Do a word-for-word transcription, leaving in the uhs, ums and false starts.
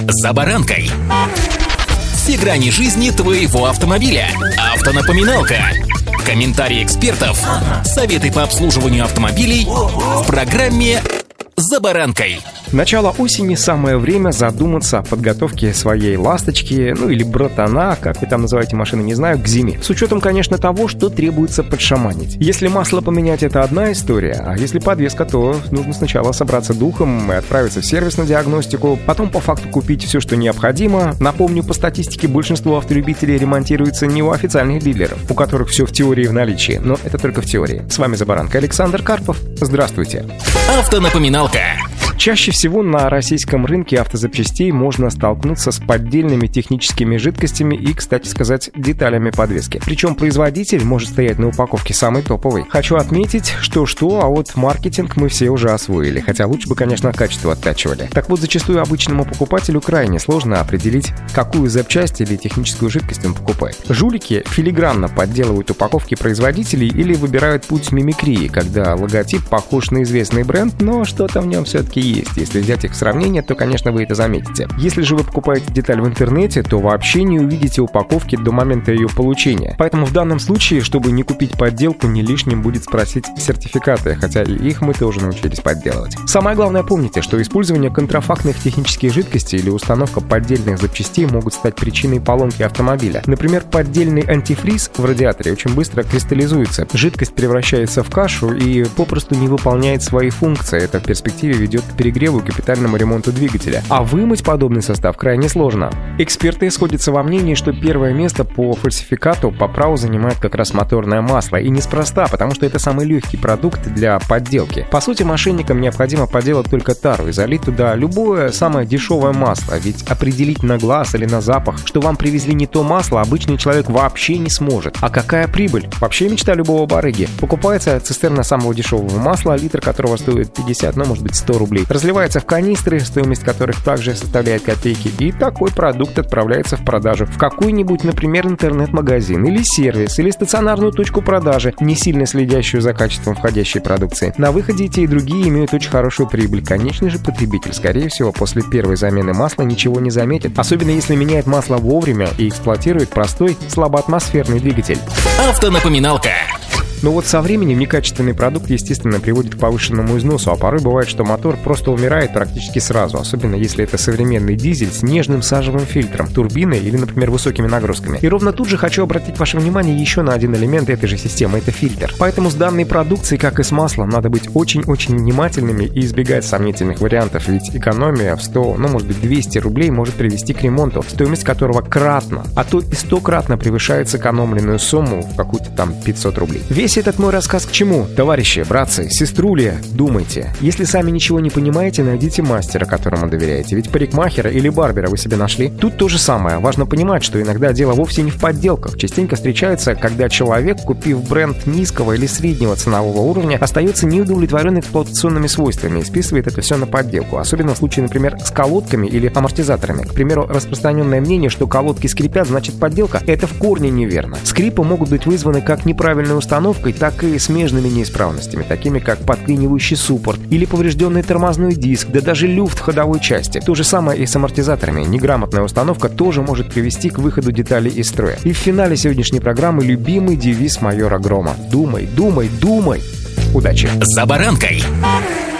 «За баранкой». Все грани жизни твоего автомобиля. Автонапоминалка. Комментарии экспертов. Советы по обслуживанию автомобилей в программе «За баранкой». Начало осени — самое время задуматься о подготовке своей ласточки, ну или братана, как вы там называете машины, не знаю, к зиме. С учетом, конечно, того, что требуется подшаманить. Если масло поменять — это одна история, а если подвеска, то нужно сначала собраться духом и отправиться в сервис на диагностику, потом по факту купить все, что необходимо. Напомню, по статистике, большинство автолюбителей ремонтируется не у официальных дилеров, у которых все в теории в наличии, но это только в теории. С вами «За баранкой» Александр Карпов. Здравствуйте. Автонапоминалка. Чаще всего на российском рынке автозапчастей можно столкнуться с поддельными техническими жидкостями и, кстати сказать, деталями подвески. Причем производитель может стоять на упаковке самый топовый. Хочу отметить, что-что, а вот маркетинг мы все уже освоили, хотя лучше бы, конечно, качество оттачивали. Так вот, зачастую обычному покупателю крайне сложно определить, какую запчасть или техническую жидкость он покупает. Жулики филигранно подделывают упаковки производителей или выбирают путь мимикрии, когда логотип похож на известный бренд, но что-то в нем все-таки есть. Если взять их в сравнение, то, конечно, вы это заметите. Если же вы покупаете деталь в интернете, то вообще не увидите упаковки до момента ее получения. Поэтому в данном случае, чтобы не купить подделку, не лишним будет спросить сертификаты, хотя и их мы тоже научились подделывать. Самое главное, помните, что использование контрафактных технических жидкостей или установка поддельных запчастей могут стать причиной поломки автомобиля. Например, поддельный антифриз в радиаторе очень быстро кристаллизуется. Жидкость превращается в кашу и попросту не выполняет свои функции. Это в перспективе ведет к перегреву и капитальному ремонту двигателя. А вымыть подобный состав крайне сложно. Эксперты сходятся во мнении, что первое место по фальсификату по праву занимает как раз моторное масло. И неспроста, потому что это самый легкий продукт для подделки. По сути, мошенникам необходимо поделать только тару и залить туда любое самое дешевое масло. Ведь определить на глаз или на запах, что вам привезли не то масло, обычный человек вообще не сможет. А какая прибыль? Вообще мечта любого барыги. Покупается цистерна самого дешевого масла, литр которого стоит пятьдесят, ну может быть сто рублей. Разливается в канистры, стоимость которых также составляет копейки, и такой продукт отправляется в продажу в какой-нибудь, например, интернет-магазин или сервис, или стационарную точку продажи, не сильно следящую за качеством входящей продукции. На выходе и те, и другие имеют очень хорошую прибыль. Конечно же, потребитель, скорее всего, после первой замены масла ничего не заметит, особенно если меняет масло вовремя и эксплуатирует простой слабоатмосферный двигатель. Автонапоминалка. Но вот со временем некачественный продукт, естественно, приводит к повышенному износу, а порой бывает, что мотор просто умирает практически сразу, особенно если это современный дизель с нежным сажевым фильтром, турбиной или, например, высокими нагрузками. И ровно тут же хочу обратить ваше внимание еще на один элемент этой же системы — это фильтр. Поэтому с данной продукцией, как и с маслом, надо быть очень-очень внимательными и избегать сомнительных вариантов, ведь экономия в сто, ну может быть двести рублей может привести к ремонту, стоимость которого кратно, а то и стократно превышает сэкономленную сумму в какую-то там пятьсот рублей. Весь этот мой рассказ к чему? Товарищи, братцы, сеструли, думайте. Если сами ничего не понимаете, найдите мастера, которому доверяете. Ведь парикмахера или барбера вы себе нашли. Тут то же самое. Важно понимать, что иногда дело вовсе не в подделках. Частенько встречается, когда человек, купив бренд низкого или среднего ценового уровня, остается неудовлетворен эксплуатационными свойствами и списывает это все на подделку. Особенно в случае, например, с колодками или амортизаторами. К примеру, распространенное мнение, что колодки скрипят, значит подделка, это в корне неверно. Скрипы могут быть вызваны как неправильной установкой, так и смежными неисправностями, такими как подклинивающий суппорт или поврежденный тормозной диск, да даже люфт ходовой части. То же самое и с амортизаторами. Неграмотная установка тоже может привести к выходу деталей из строя. И в финале сегодняшней программы любимый девиз майора Грома: «Думай, думай, думай». Удачи! За баранкой!